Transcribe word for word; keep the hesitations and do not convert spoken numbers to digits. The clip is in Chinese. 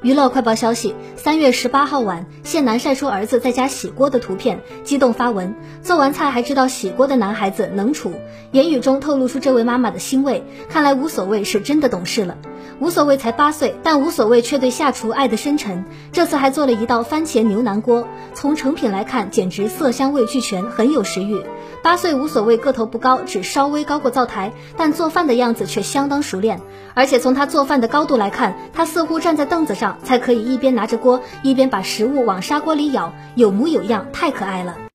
娱乐快报消息，三月十八号晚，谢楠晒出儿子在家洗锅的图片，激动发文：做完菜还知道洗锅的男孩子能处，言语中透露出这位妈妈的欣慰，看来无所谓是真的懂事了。无所谓才八岁，但无所谓却对下厨爱得深沉，这次还做了一道番茄牛腩锅，从成品来看简直色香味俱全，很有食欲。八岁无所谓个头不高，只稍微高过灶台，但做饭的样子却相当熟练，而且从他做饭的高度来看，他似乎站在凳子上才可以一边拿着锅一边把食物往砂锅里舀，有模有样，太可爱了。